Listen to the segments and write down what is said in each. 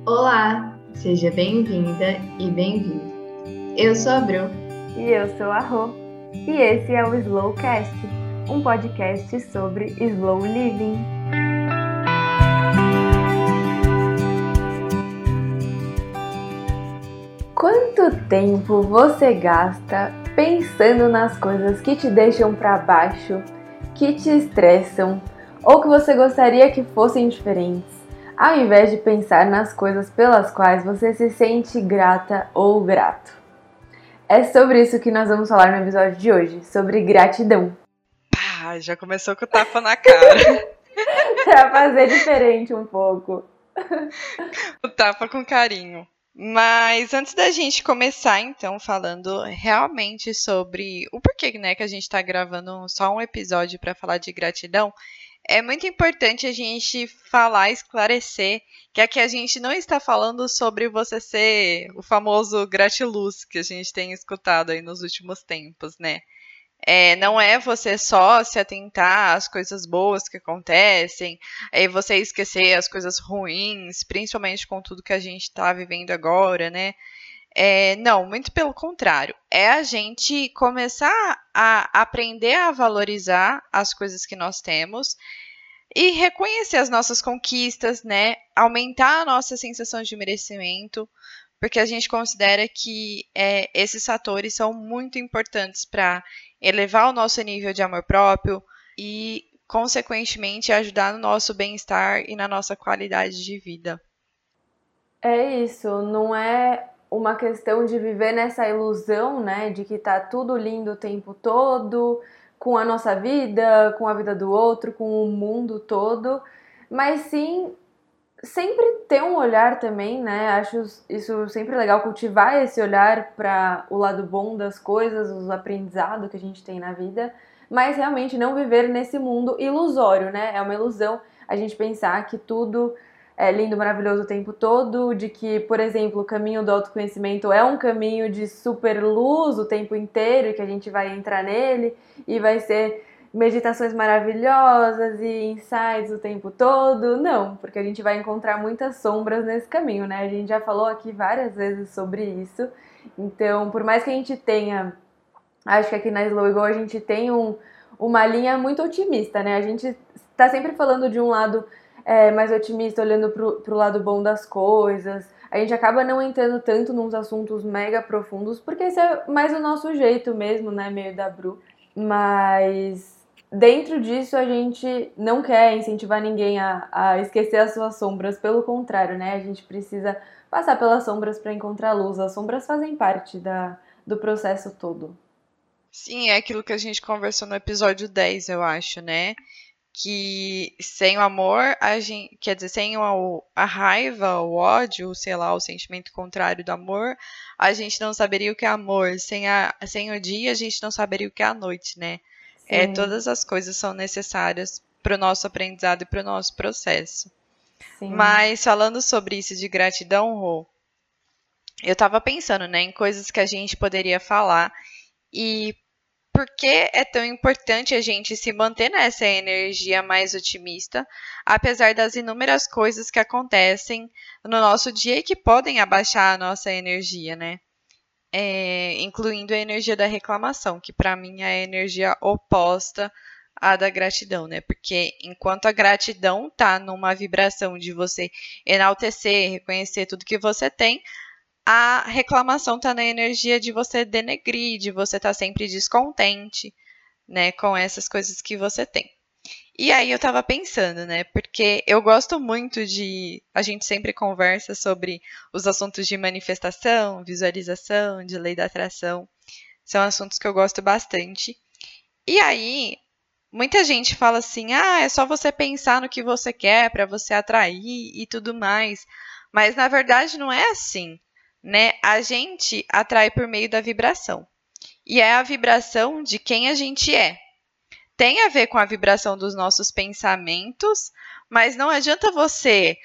Olá, seja bem-vinda e bem-vindo. Eu sou a Bru. E eu sou a Rô. E esse é o Slowcast, um podcast sobre slow living. Quanto tempo você gasta pensando nas coisas que te deixam para baixo, que te estressam ou que você gostaria que fossem diferentes, ao invés de pensar nas coisas pelas quais você se sente grata ou grato? É sobre isso que nós vamos falar no episódio de hoje, sobre gratidão. Pá, já começou com o tapa na cara. Pra fazer diferente um pouco. O tapa com carinho. Mas antes da gente começar, então, falando realmente sobre o porquê, né, que a gente tá gravando só um episódio para falar de gratidão, é muito importante a gente falar, esclarecer que aqui a gente não está falando sobre você ser o famoso gratiluz que a gente tem escutado aí nos últimos tempos, né? Não é você só se atentar às coisas boas que acontecem, você esquecer as coisas ruins, principalmente com tudo que a gente está vivendo agora, né? Não, muito pelo contrário. É a gente começar a aprender a valorizar as coisas que nós temos e reconhecer as nossas conquistas, né? Aumentar a nossa sensação de merecimento, porque a gente considera que esses fatores são muito importantes para elevar o nosso nível de amor próprio e, consequentemente, ajudar no nosso bem-estar e na nossa qualidade de vida. É isso, não é uma questão de viver nessa ilusão, né, de que tá tudo lindo o tempo todo, com a nossa vida, com a vida do outro, com o mundo todo, mas sim sempre ter um olhar também, né? Acho isso sempre legal, cultivar esse olhar para o lado bom das coisas, os aprendizados que a gente tem na vida, mas realmente não viver nesse mundo ilusório, né? É uma ilusão a gente pensar que tudo é lindo, maravilhoso o tempo todo, de que, por exemplo, o caminho do autoconhecimento é um caminho de super luz o tempo inteiro e que a gente vai entrar nele e vai ser meditações maravilhosas e insights o tempo todo. Não, porque a gente vai encontrar muitas sombras nesse caminho, né? A gente já falou aqui várias vezes sobre isso. Então, por mais que a gente tenha, acho que aqui na Slow Go a gente tem uma linha muito otimista, né? A gente tá sempre falando de um lado mais otimista, olhando pro lado bom das coisas. A gente acaba não entrando tanto nos assuntos mega profundos, porque esse é mais o nosso jeito mesmo, né? Meio da Bru. Mas dentro disso, a gente não quer incentivar ninguém a esquecer as suas sombras, pelo contrário, né? A gente precisa passar pelas sombras para encontrar luz. As sombras fazem parte do processo todo. Sim, é aquilo que a gente conversou no episódio 10, eu acho, né? Que sem o amor, quer dizer, sem a raiva, o ódio, sei lá, o sentimento contrário do amor, a gente não saberia o que é amor. Sem o dia, a gente não saberia o que é a noite, né? Sim, Todas as coisas são necessárias para o nosso aprendizado e para o nosso processo. sim. Mas falando sobre isso de gratidão, Rô, eu estava pensando, né, em coisas que a gente poderia falar e por que é tão importante a gente se manter nessa energia mais otimista, apesar das inúmeras coisas que acontecem no nosso dia e que podem abaixar a nossa energia, né? Incluindo a energia da reclamação, que para mim é a energia oposta à da gratidão, né? Porque enquanto a gratidão tá numa vibração de você enaltecer, reconhecer tudo que você tem, a reclamação tá na energia de você denegrir, de você estar sempre descontente, né, com essas coisas que você tem. E aí eu tava pensando, né, porque eu gosto muito a gente sempre conversa sobre os assuntos de manifestação, visualização, de lei da atração. São assuntos que eu gosto bastante. E aí, muita gente fala assim: "Ah, é só você pensar no que você quer para você atrair e tudo mais". Mas na verdade não é assim, né? A gente atrai por meio da vibração. E é a vibração de quem a gente é. Tem a ver com a vibração dos nossos pensamentos, mas não adianta você,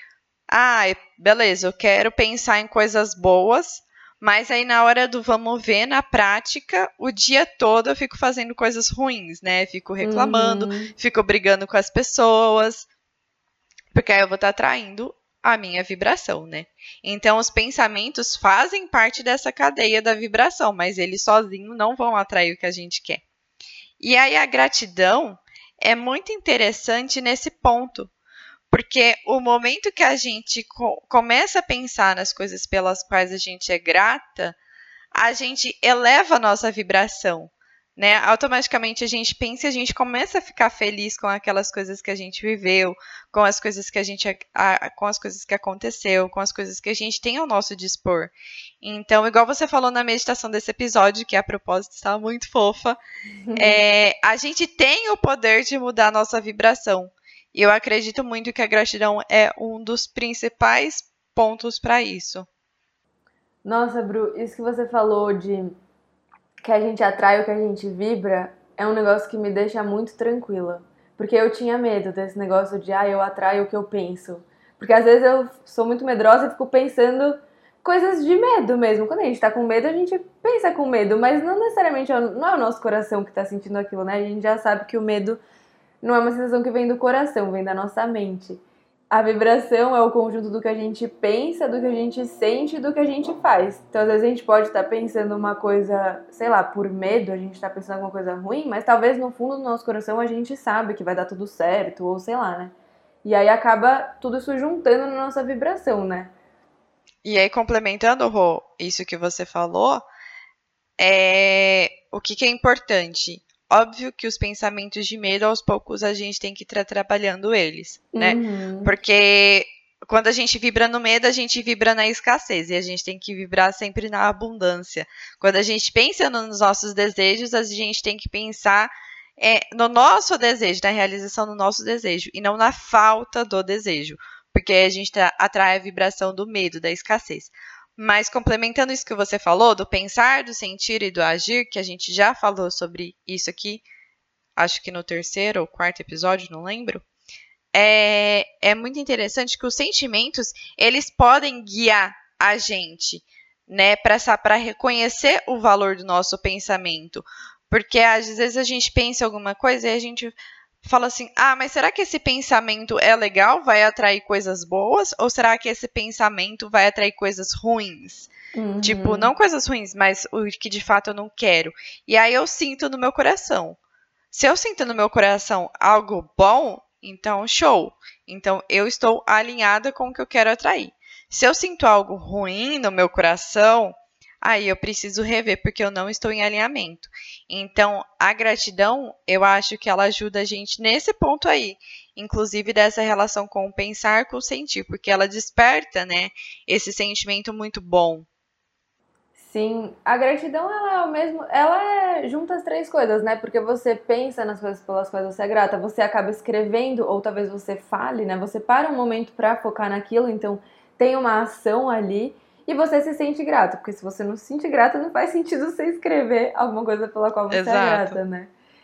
beleza, eu quero pensar em coisas boas, mas aí na hora do vamos ver, na prática, o dia todo eu fico fazendo coisas ruins, né? Fico reclamando, Uhum. fico brigando com as pessoas, porque aí eu vou estar atraindo a minha vibração, né? Então, os pensamentos fazem parte dessa cadeia da vibração, mas eles sozinhos não vão atrair o que a gente quer. E aí, a gratidão é muito interessante nesse ponto, porque o momento que a gente começa a pensar nas coisas pelas quais a gente é grata, a gente eleva a nossa vibração, né? Automaticamente a gente pensa e a gente começa a ficar feliz com aquelas coisas que a gente viveu, com as coisas que com as coisas que aconteceu, com as coisas que a gente tem ao nosso dispor. Então, igual você falou na meditação desse episódio, que a propósito está muito fofa, a gente tem o poder de mudar a nossa vibração. E eu acredito muito que a gratidão é um dos principais pontos para isso. Nossa, Bru, isso que você falou de que a gente atrai o que a gente vibra é um negócio que me deixa muito tranquila. Porque eu tinha medo desse negócio de, eu atraio o que eu penso. Porque às vezes eu sou muito medrosa e fico pensando coisas de medo mesmo. Quando a gente tá com medo, a gente pensa com medo, mas não necessariamente não é o nosso coração que tá sentindo aquilo, né? A gente já sabe que o medo não é uma sensação que vem do coração, vem da nossa mente. A vibração é o conjunto do que a gente pensa, do que a gente sente e do que a gente faz. Então, às vezes a gente pode estar pensando uma coisa, sei lá, por medo, a gente está pensando alguma coisa ruim, mas talvez no fundo do nosso coração a gente sabe que vai dar tudo certo, ou sei lá, né? E aí acaba tudo isso juntando na nossa vibração, né? E aí, complementando, Rô, isso que você falou, o que é importante? Óbvio que os pensamentos de medo, aos poucos, a gente tem que estar trabalhando eles, né? Porque quando a gente vibra no medo, a gente vibra na escassez. E a gente tem que vibrar sempre na abundância. Quando a gente pensa nos nossos desejos, a gente tem que pensar no nosso desejo, na realização do nosso desejo. E não na falta do desejo. Porque a gente atrai a vibração do medo, da escassez. Mas complementando isso que você falou, do pensar, do sentir e do agir, que a gente já falou sobre isso aqui, acho que no 3º ou 4º episódio, não lembro, é muito interessante que os sentimentos, eles podem guiar a gente, né, para reconhecer o valor do nosso pensamento. Porque às vezes a gente pensa em alguma coisa e a gente fala assim, mas será que esse pensamento é legal, vai atrair coisas boas? Ou será que esse pensamento vai atrair coisas ruins? Tipo, não coisas ruins, mas o que de fato eu não quero. E aí eu sinto no meu coração. Se eu sinto no meu coração algo bom, então show. Então eu estou alinhada com o que eu quero atrair. Se eu sinto algo ruim no meu coração, aí eu preciso rever, porque eu não estou em alinhamento. Então, a gratidão, eu acho que ela ajuda a gente nesse ponto aí. Inclusive dessa relação com o pensar, com o sentir. Porque ela desperta, né, esse sentimento muito bom. Sim, a gratidão ela junta as 3 coisas, né? Porque você pensa nas coisas pelas quais você é grata, você acaba escrevendo, ou talvez você fale, né? Você para um momento para focar naquilo, então tem uma ação ali. E você se sente grato, porque se você não se sente grata, não faz sentido você escrever alguma coisa pela qual você é grata, né?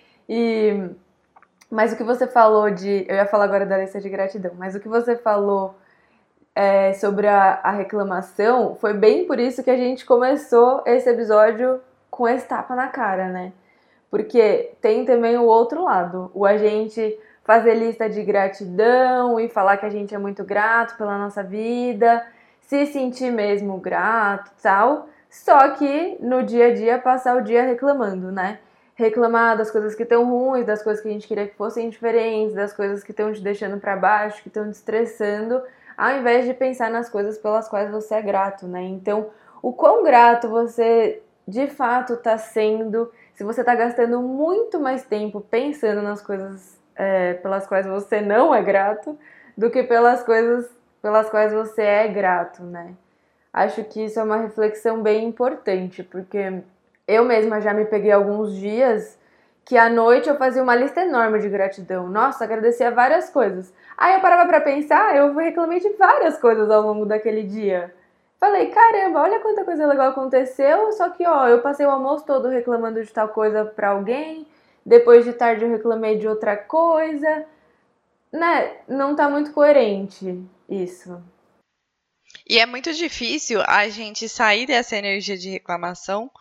Mas o que você falou eu ia falar agora da lista de gratidão, mas o que você falou sobre a reclamação, foi bem por isso que a gente começou esse episódio com esse tapa na cara, né? Porque tem também o outro lado, o a gente fazer lista de gratidão e falar que a gente é muito grato pela nossa vida, se sentir mesmo grato e tal, só que no dia a dia passar o dia reclamando, né? Reclamar das coisas que estão ruins, das coisas que a gente queria que fossem diferentes, das coisas que estão te deixando para baixo, que estão te estressando, ao invés de pensar nas coisas pelas quais você é grato, né? Então, o quão grato você de fato está sendo, se você está gastando muito mais tempo pensando nas coisas pelas quais você não é grato, do que pelas coisas pelas quais você é grato, né? Acho que isso é uma reflexão bem importante, porque eu mesma já me peguei alguns dias que à noite eu fazia uma lista enorme de gratidão. Nossa, agradecia várias coisas. Aí eu parava pra pensar, eu reclamei de várias coisas ao longo daquele dia. Falei, caramba, olha quanta coisa legal aconteceu, só que eu passei o almoço todo reclamando de tal coisa pra alguém, depois de tarde eu reclamei de outra coisa, né? Não tá muito coerente isso. E é muito difícil a gente sair dessa energia de reclamação,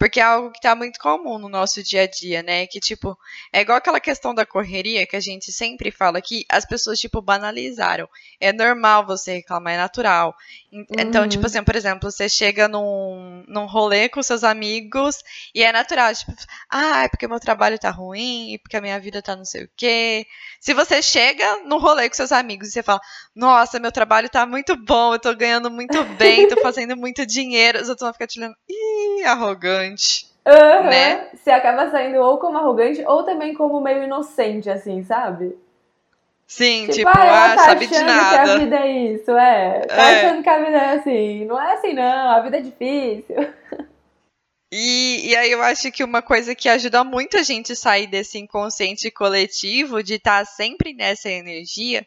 Porque é algo que tá muito comum no nosso dia a dia, né? Que, tipo, é igual aquela questão da correria que a gente sempre fala aqui, as pessoas, tipo, banalizaram. É normal você reclamar, é natural. Então, tipo assim, por exemplo, você chega num rolê com seus amigos e é natural, tipo, é porque meu trabalho tá ruim, e porque a minha vida tá não sei o quê. Se você chega no rolê com seus amigos e você fala, nossa, meu trabalho tá muito bom, eu tô ganhando muito bem, tô fazendo muito dinheiro, os outros vão ficar te olhando, arrogante, né? Você acaba saindo ou como arrogante ou também como meio inocente, assim, sabe? Sim, Tipo, tipo, ela tá sabe de achando que a nada. vida é isso, tá achando que a vida é assim. Não é assim, não, a vida é difícil. E aí eu acho que uma coisa que ajuda muito a gente a sair desse inconsciente coletivo, de estar sempre nessa energia,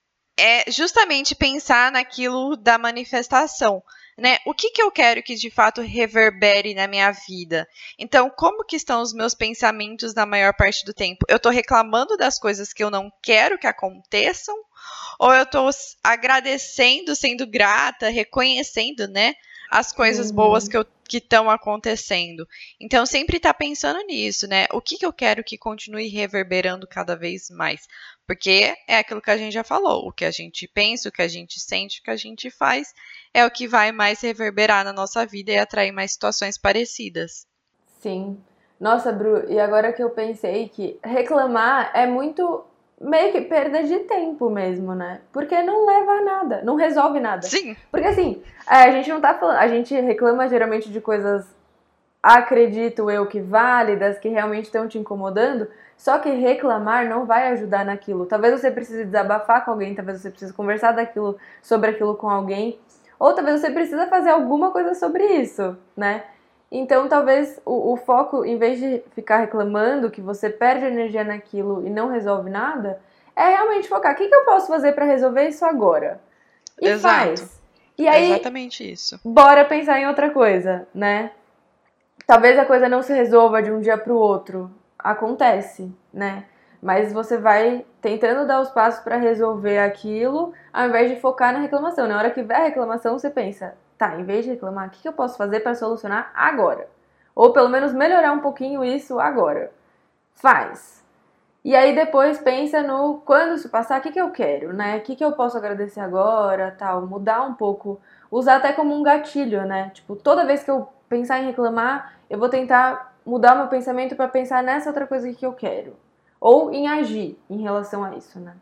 é justamente pensar naquilo da manifestação, né? O que eu quero que de fato reverbere na minha vida? Então, como que estão os meus pensamentos na maior parte do tempo? Eu estou reclamando das coisas que eu não quero que aconteçam? Ou eu estou agradecendo, sendo grata, reconhecendo, né, as coisas boas que estão acontecendo? Então, sempre tá pensando nisso, né? O que eu quero que continue reverberando cada vez mais? Porque é aquilo que a gente já falou, o que a gente pensa, o que a gente sente, o que a gente faz é o que vai mais reverberar na nossa vida e atrair mais situações parecidas. Sim. Nossa, Bru, e agora que eu pensei que reclamar é muito meio que perda de tempo mesmo, né? Porque não leva a nada, não resolve nada. Sim. Porque assim, a gente não tá falando, a gente reclama geralmente de coisas, acredito eu, que válidas, que realmente estão te incomodando, só que reclamar não vai ajudar naquilo. Talvez você precise desabafar com alguém, talvez você precise conversar sobre aquilo com alguém, ou talvez você precisa fazer alguma coisa sobre isso, né? Então, talvez o foco, em vez de ficar reclamando que você perde energia naquilo e não resolve nada, é realmente focar. O que eu posso fazer para resolver isso agora? E Exato. faz. E aí, exatamente isso. bora pensar em outra coisa, né? Talvez a coisa não se resolva de um dia para o outro. Acontece, né? Mas você vai tentando dar os passos para resolver aquilo, ao invés de focar na reclamação. Na hora que vier a reclamação, você pensa, tá, em vez de reclamar, o que eu posso fazer para solucionar agora? Ou pelo menos melhorar um pouquinho isso agora. Faz. E aí depois pensa no quando isso passar, o que eu quero, né? O que eu posso agradecer agora, tal, mudar um pouco, usar até como um gatilho, né? Tipo, toda vez que eu pensar em reclamar, eu vou tentar mudar meu pensamento para pensar nessa outra coisa que eu quero. Ou em agir em relação a isso, né?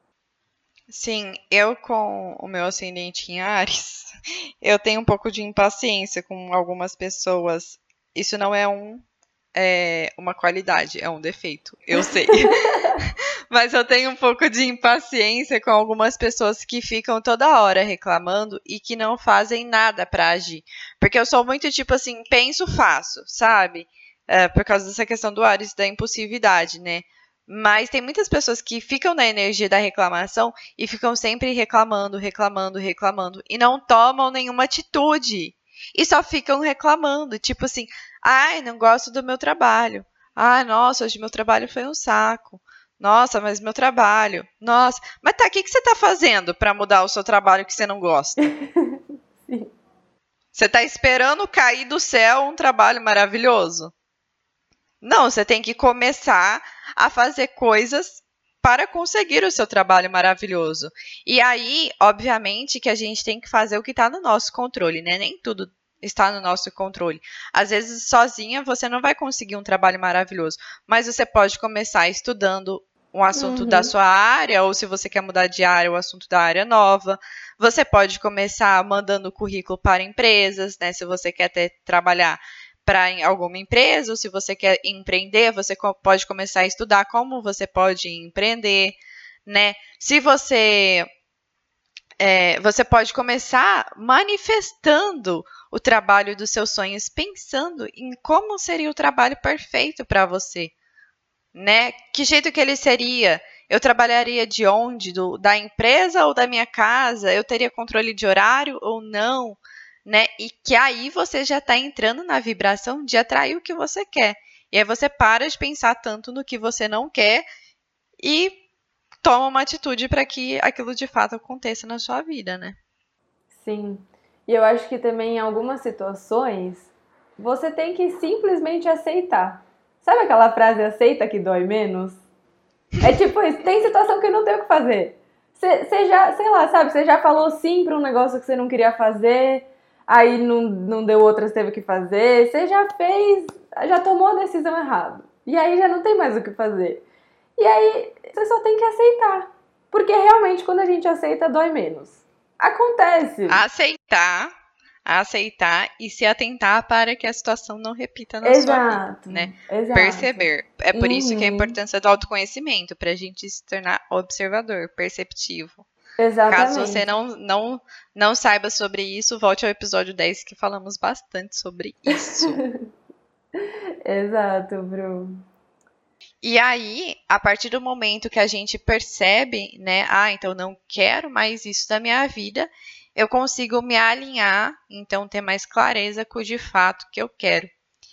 Sim, eu com o meu ascendente em Áries, eu tenho um pouco de impaciência com algumas pessoas. Isso não é uma qualidade, é um defeito, eu sei. Mas eu tenho um pouco de impaciência com algumas pessoas que ficam toda hora reclamando e que não fazem nada pra agir. Porque eu sou muito tipo assim, penso, faço, sabe? Por causa dessa questão do Ares, da impulsividade, né? Mas tem muitas pessoas que ficam na energia da reclamação e ficam sempre reclamando, reclamando, reclamando e não tomam nenhuma atitude. E só ficam reclamando, tipo assim, ai, não gosto do meu trabalho. Ai, nossa, hoje meu trabalho foi um saco. Nossa, mas meu trabalho. Nossa, mas tá, o que você tá fazendo pra mudar o seu trabalho que você não gosta? Sim. Você tá esperando cair do céu um trabalho maravilhoso? Não, você tem que começar a fazer coisas para conseguir o seu trabalho maravilhoso. E aí, obviamente, que a gente tem que fazer o que está no nosso controle, né? Nem tudo está no nosso controle. Às vezes, sozinha, você não vai conseguir um trabalho maravilhoso, mas você pode começar estudando um assunto da sua área, ou se você quer mudar de área, o assunto da área nova. Você pode começar mandando currículo para empresas, né? Se você quer trabalhar para alguma empresa, ou se você quer empreender, você pode começar a estudar como você pode empreender, né? Se você pode começar manifestando o trabalho dos seus sonhos, pensando em como seria o trabalho perfeito para você, né? Que jeito que ele seria? Eu trabalharia de onde? Da empresa ou da minha casa? Eu teria controle de horário ou não? Né? E que aí você já está entrando na vibração de atrair o que você quer. E aí você para de pensar tanto no que você não quer e toma uma atitude para que aquilo de fato aconteça na sua vida, né? Sim. E eu acho que também em algumas situações você tem que simplesmente aceitar. Sabe aquela frase aceita que dói menos? É tipo isso, tem situação que não tem o que fazer. Você já, sei lá, sabe, você já falou sim pra um negócio que você não queria fazer, aí não deu outra, você teve que fazer, você já fez, já tomou a decisão errada. E aí já não tem mais o que fazer. E aí você só tem que aceitar. Porque realmente quando a gente aceita, dói menos. Acontece. Aceitar e se atentar para que a situação não repita na sua vida, né? Exato. Perceber. É por isso que a importância do autoconhecimento, pra gente se tornar observador, perceptivo. Exatamente. Caso você não saiba sobre isso, volte ao episódio 10 que falamos bastante sobre isso. Exato, Bru. E aí, a partir do momento que a gente percebe, né, então não quero mais isso da minha vida, eu consigo me alinhar, então ter mais clareza com o de fato que eu quero.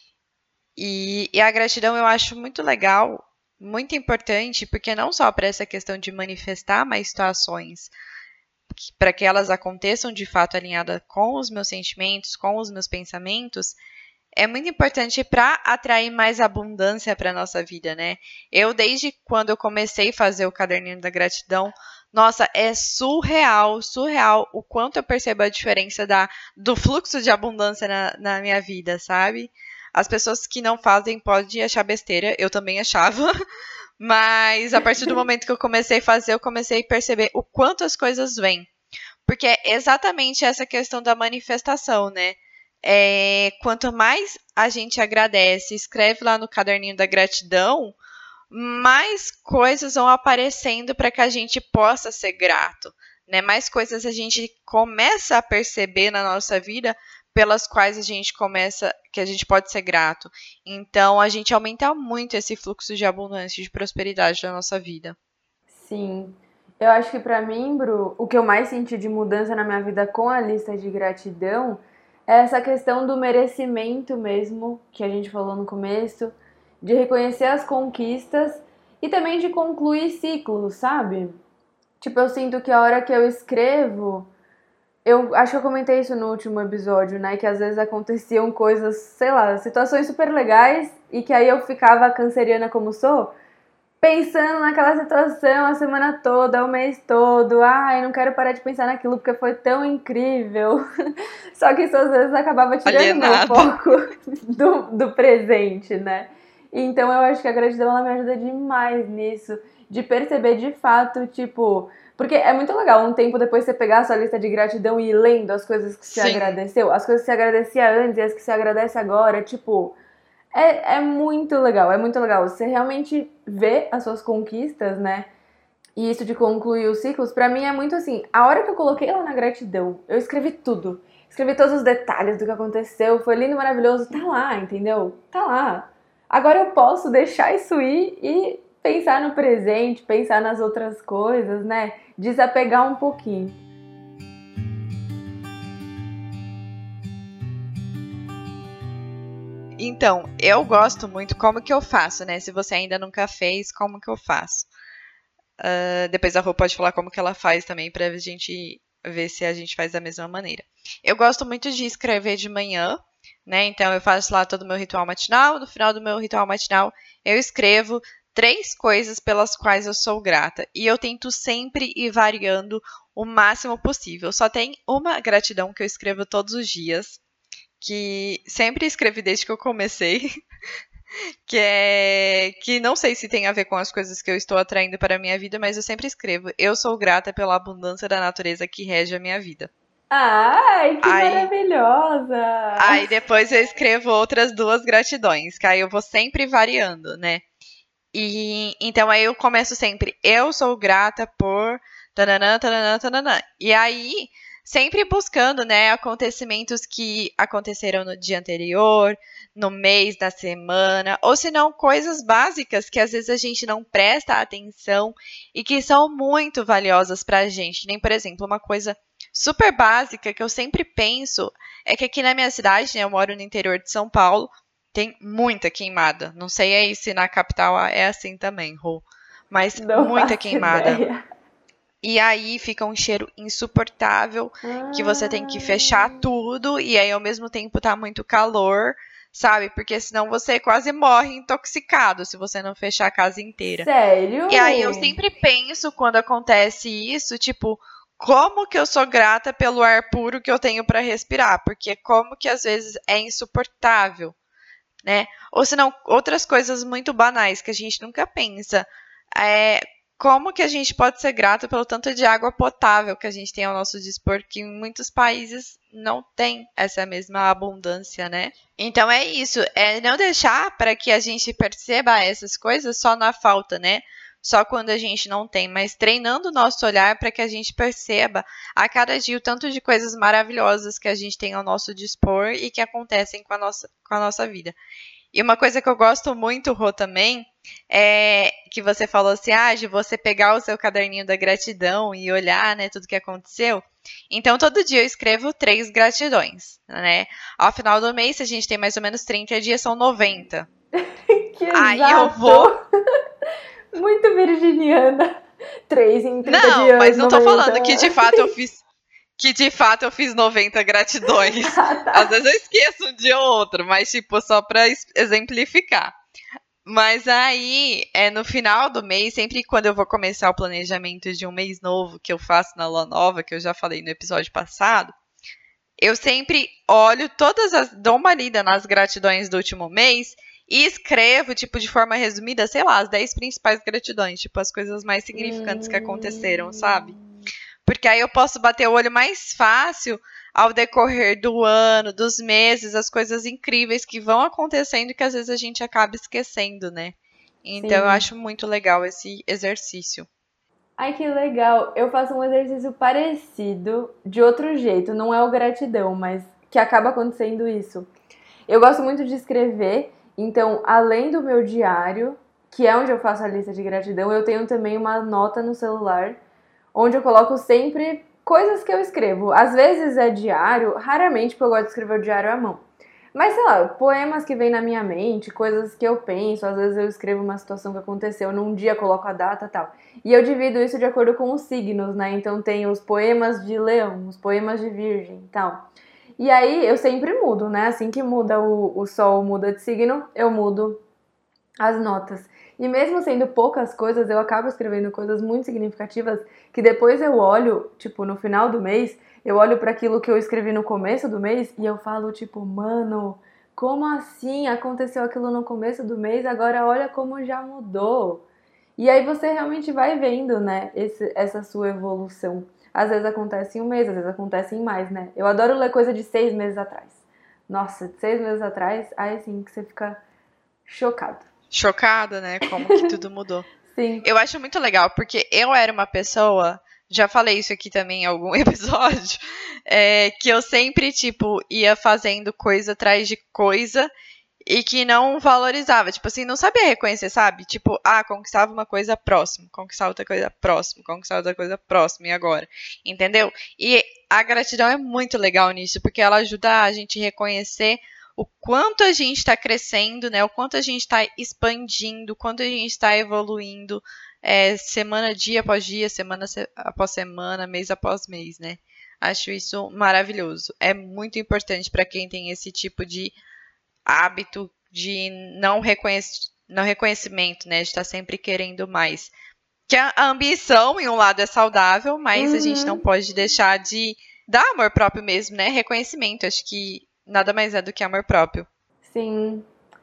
E a gratidão eu acho muito legal, muito importante, porque não só para essa questão de manifestar mais situações, para que elas aconteçam de fato alinhada com os meus sentimentos, com os meus pensamentos, é muito importante para atrair mais abundância para a nossa vida, né? Eu, desde quando eu comecei a fazer o caderninho da gratidão, nossa, é surreal o quanto eu percebo a diferença do fluxo de abundância na minha vida, sabe? As pessoas que não fazem podem achar besteira, eu também achava, mas a partir do momento que eu comecei a fazer, eu comecei a perceber o quanto as coisas vêm. Porque é exatamente essa questão da manifestação, né? Quanto mais a gente agradece, escreve lá no caderninho da gratidão, mais coisas vão aparecendo para que a gente possa ser grato, né? Mais coisas a gente começa a perceber na nossa vida pelas quais que a gente pode ser grato. Então a gente aumenta muito esse fluxo de abundância e de prosperidade da nossa vida. Sim. Eu acho que pra mim, Bru, o que eu mais senti de mudança na minha vida com a lista de gratidão é essa questão do merecimento mesmo, que a gente falou no começo, de reconhecer as conquistas e também de concluir ciclos, sabe? Tipo, eu sinto que a hora que eu escrevo, eu acho que eu comentei isso no último episódio, né? Que às vezes aconteciam coisas, sei lá, situações super legais e que aí eu ficava canceriana como sou, pensando naquela situação a semana toda, o mês todo. Ai, não quero parar de pensar naquilo porque foi tão incrível. Só que isso às vezes acabava tirando meu foco do presente, né? Então eu acho que a gratidão ela me ajuda demais nisso, de perceber de fato, tipo... Porque é muito legal um tempo depois você pegar a sua lista de gratidão e ir lendo as coisas que você agradeceu, as coisas que você agradecia antes e as que você agradece agora, tipo... É muito legal, é muito legal. Você realmente vê as suas conquistas, né? E isso de concluir os ciclos, pra mim é muito assim, a hora que eu coloquei lá na gratidão, eu escrevi tudo. Escrevi todos os detalhes do que aconteceu, foi lindo, maravilhoso, tá lá, entendeu? Tá lá. Agora eu posso deixar isso ir e pensar no presente, pensar nas outras coisas, né? Desapegar um pouquinho. Então, eu gosto muito como que eu faço, né? Se você ainda nunca fez, como que eu faço? Depois a Rô pode falar como que ela faz também pra gente ver se a gente faz da mesma maneira. Eu gosto muito de escrever de manhã, né? Então eu faço lá todo o meu ritual matinal. No final do meu ritual matinal, eu escrevo 3 coisas pelas quais eu sou grata. E eu tento sempre ir variando o máximo possível. Só tem uma gratidão que eu escrevo todos os dias, que sempre escrevi desde que eu comecei, que não sei se tem a ver com as coisas que eu estou atraindo para a minha vida, mas eu sempre escrevo: eu sou grata pela abundância da natureza que rege a minha vida. Ai, que maravilhosa! Aí depois eu escrevo outras 2 gratidões, que aí eu vou sempre variando, né? E então aí eu começo sempre: eu sou grata por tananã, tananã, tananã. E aí sempre buscando, né, acontecimentos que aconteceram no dia anterior, no mês, na semana, ou se não, coisas básicas que às vezes a gente não presta atenção e que são muito valiosas pra gente. Nem, por exemplo, uma coisa super básica que eu sempre penso é que aqui na minha cidade, né, eu moro no interior de São Paulo, tem muita queimada. Não sei aí se na capital é assim também, Rô, mas não muita queimada. Ideia. E aí fica um cheiro insuportável, que você tem que fechar tudo, e aí ao mesmo tempo tá muito calor, sabe? Porque senão você quase morre intoxicado se você não fechar a casa inteira. Sério? E aí eu sempre penso quando acontece isso, tipo, como que eu sou grata pelo ar puro que eu tenho para respirar? Porque como que às vezes é insuportável, né? Ou senão outras coisas muito banais que a gente nunca pensa. Como que a gente pode ser grato pelo tanto de água potável que a gente tem ao nosso dispor, que em muitos países não tem essa mesma abundância, né? Então é isso, é não deixar para que a gente perceba essas coisas só na falta, né? Só quando a gente não tem, mas treinando o nosso olhar para que a gente perceba a cada dia o tanto de coisas maravilhosas que a gente tem ao nosso dispor e que acontecem com a nossa vida. E uma coisa que eu gosto muito, Rô, também, é que você falou assim, de você pegar o seu caderninho da gratidão e olhar, né, tudo que aconteceu. Então, todo dia eu escrevo 3 gratidões, né? Ao final do mês, se a gente tem mais ou menos 30 dias, são 90. Que Aí exato! eu vou... Muito virginiana. 3 em 30 Não, dias, mas não tô 90. falando que de fato eu fiz 90 gratidões. Tá. Às vezes eu esqueço um dia ou outro, mas tipo, só pra exemplificar. Mas aí, no final do mês, sempre quando eu vou começar o planejamento de um mês novo que eu faço na Lua Nova, que eu já falei no episódio passado, eu sempre olho dou uma lida nas gratidões do último mês e escrevo, tipo, de forma resumida, sei lá, as 10 principais gratidões, tipo, as coisas mais significantes que aconteceram, sabe? Porque aí eu posso bater o olho mais fácil ao decorrer do ano, dos meses, as coisas incríveis que vão acontecendo e que às vezes a gente acaba esquecendo, né? Então eu acho muito legal esse exercício. Ai, que legal. Eu faço um exercício parecido, de outro jeito. Não é o gratidão, mas que acaba acontecendo isso. Eu gosto muito de escrever, então, além do meu diário, que é onde eu faço a lista de gratidão, eu tenho também uma nota no celular, onde eu coloco sempre coisas que eu escrevo. Às vezes é diário, raramente, porque eu gosto de escrever o diário à mão. Mas, sei lá, poemas que vêm na minha mente, coisas que eu penso, às vezes eu escrevo uma situação que aconteceu, num dia coloco a data e tal. E eu divido isso de acordo com os signos, né? Então tem os poemas de leão, os poemas de virgem e tal. E aí eu sempre mudo, né? Assim que muda o sol, muda de signo, eu mudo as notas. E mesmo sendo poucas coisas, eu acabo escrevendo coisas muito significativas que depois eu olho, tipo, no final do mês, eu olho para aquilo que eu escrevi no começo do mês e eu falo, tipo, mano, como assim aconteceu aquilo no começo do mês, agora olha como já mudou. E aí você realmente vai vendo, né, essa sua evolução. Às vezes acontece em um mês, às vezes acontece em mais, né? Eu adoro ler coisa de 6 meses atrás. Nossa, de 6 meses atrás, aí assim que você fica chocado. Chocada, né? Como que tudo mudou. Sim. Eu acho muito legal, porque eu era uma pessoa, já falei isso aqui também em algum episódio, que eu sempre, tipo, ia fazendo coisa atrás de coisa e que não valorizava. Tipo assim, não sabia reconhecer, sabe? Tipo, conquistava uma coisa próximo, conquistava outra coisa próximo, conquistava outra coisa próximo, e agora? Entendeu? E a gratidão é muito legal nisso, porque ela ajuda a gente a reconhecer o quanto a gente está crescendo, né? O quanto a gente está expandindo, o quanto a gente está evoluindo semana, dia após dia, semana após semana, mês após mês, né? Acho isso maravilhoso. É muito importante para quem tem esse tipo de hábito de não reconhecimento, né? De estar sempre querendo mais. Que a ambição, em um lado, é saudável, mas a gente não pode deixar de dar amor próprio mesmo, né? Reconhecimento. Acho que nada mais é do que amor próprio. Sim.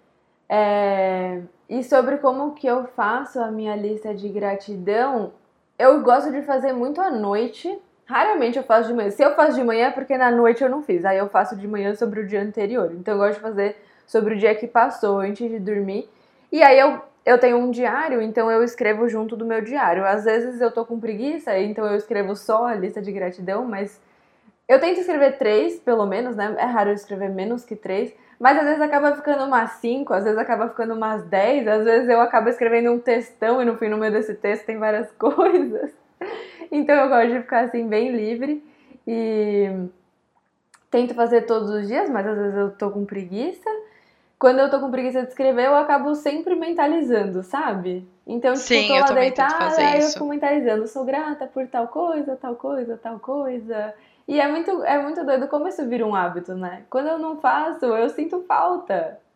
E sobre como que eu faço a minha lista de gratidão, eu gosto de fazer muito à noite. Raramente eu faço de manhã. Se eu faço de manhã é porque na noite eu não fiz. Aí eu faço de manhã sobre o dia anterior. Então eu gosto de fazer sobre o dia que passou antes de dormir. E aí eu tenho um diário, então eu escrevo junto do meu diário. Às vezes eu tô com preguiça, então eu escrevo só a lista de gratidão, mas eu tento escrever 3, pelo menos, né? É raro eu escrever menos que 3. Mas às vezes acaba ficando umas 5, às vezes acaba ficando umas 10, às vezes eu acabo escrevendo um textão e no fim, no meio desse texto tem várias coisas. Então eu gosto de ficar assim bem livre e tento fazer todos os dias, mas às vezes eu tô com preguiça. Quando eu tô com preguiça de escrever, eu acabo sempre mentalizando, sabe? Então, tipo, Sim, tô eu lá também tento deitada, fazer aí eu isso. fico mentalizando, sou grata por tal coisa, tal coisa, tal coisa. E é muito doido como isso vira um hábito, né? Quando eu não faço, eu sinto falta.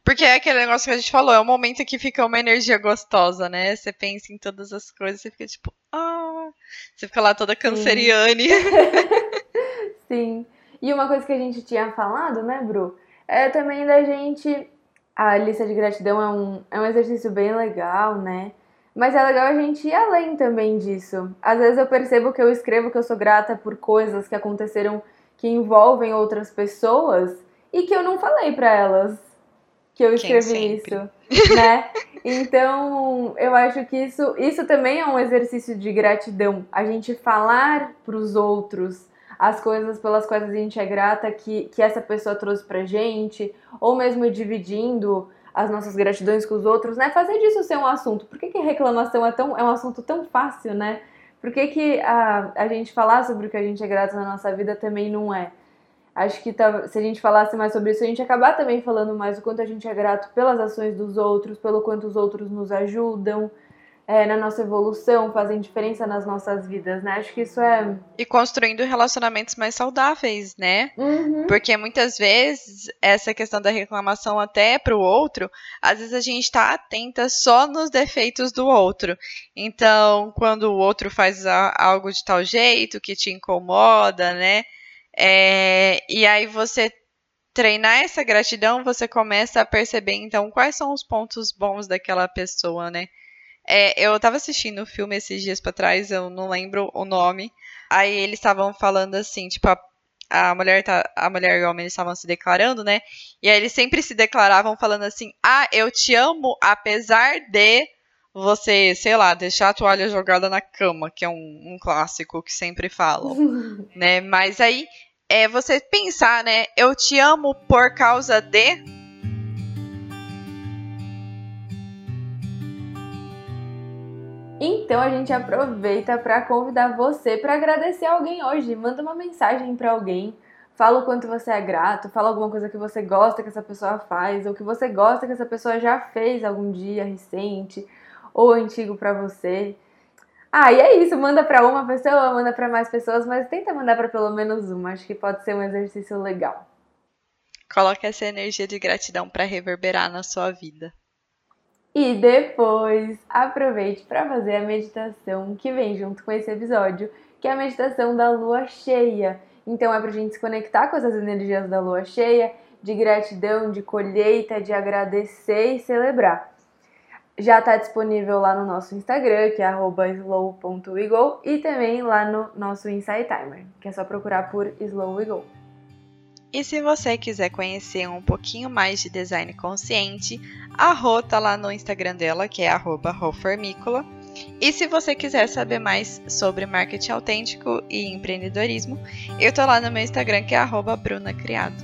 Porque é aquele negócio que a gente falou, é um momento que fica uma energia gostosa, né? Você pensa em todas as coisas, você fica tipo, você fica lá toda canceriane. Sim. E uma coisa que a gente tinha falado, né, Bru? É também da gente... A lista de gratidão é um exercício bem legal, né? Mas é legal a gente ir além também disso. Às vezes eu percebo que eu escrevo que eu sou grata por coisas que aconteceram que envolvem outras pessoas e que eu não falei pra elas que eu escrevi isso, né? Então, eu acho que isso também é um exercício de gratidão. A gente falar pros outros as coisas pelas quais a gente é grata que essa pessoa trouxe pra gente, ou mesmo dividindo as nossas gratidões com os outros, né? Fazer disso ser um assunto. Por que reclamação é um assunto tão fácil, né? Por que a gente falar sobre o que a gente é grato na nossa vida também não é? Acho que se a gente falasse mais sobre isso, a gente ia acabar também falando mais o quanto a gente é grato pelas ações dos outros, pelo quanto os outros nos ajudam na nossa evolução, fazem diferença nas nossas vidas, né? Acho que isso é... E construindo relacionamentos mais saudáveis, né? Uhum. Porque muitas vezes, essa questão da reclamação até pro outro, às vezes a gente tá atenta só nos defeitos do outro. Então, quando o outro faz algo de tal jeito que te incomoda, né? E aí você treinar essa gratidão, você começa a perceber, então, quais são os pontos bons daquela pessoa, né? Eu tava assistindo o filme esses dias pra trás, eu não lembro o nome. Aí eles estavam falando assim, tipo, a mulher e o homem eles estavam se declarando, né? E aí eles sempre se declaravam falando assim, eu te amo apesar de você, sei lá, deixar a toalha jogada na cama, que é um clássico que sempre falam, né? Mas aí você pensar, né? Eu te amo por causa de... Então a gente aproveita para convidar você para agradecer alguém hoje. Manda uma mensagem para alguém, fala o quanto você é grato, fala alguma coisa que você gosta que essa pessoa faz, ou que você gosta que essa pessoa já fez algum dia recente ou antigo para você. E é isso, manda para uma pessoa, manda para mais pessoas, mas tenta mandar para pelo menos uma, acho que pode ser um exercício legal. Coloca essa energia de gratidão para reverberar na sua vida. E depois, aproveite para fazer a meditação que vem junto com esse episódio, que é a meditação da lua cheia. Então é pra gente se conectar com essas energias da lua cheia, de gratidão, de colheita, de agradecer e celebrar. Já está disponível lá no nosso Instagram, que é @slow.wego, e também lá no nosso Insight Timer, que é só procurar por Slow We Go. E se você quiser conhecer um pouquinho mais de design consciente, a Rô tá lá no Instagram dela, que é @roformicola. E se você quiser saber mais sobre marketing autêntico e empreendedorismo, eu tô lá no meu Instagram, que é @brunacriado.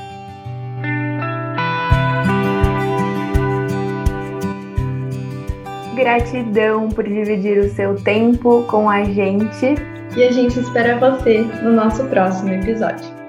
Gratidão por dividir o seu tempo com a gente. E a gente espera você no nosso próximo episódio.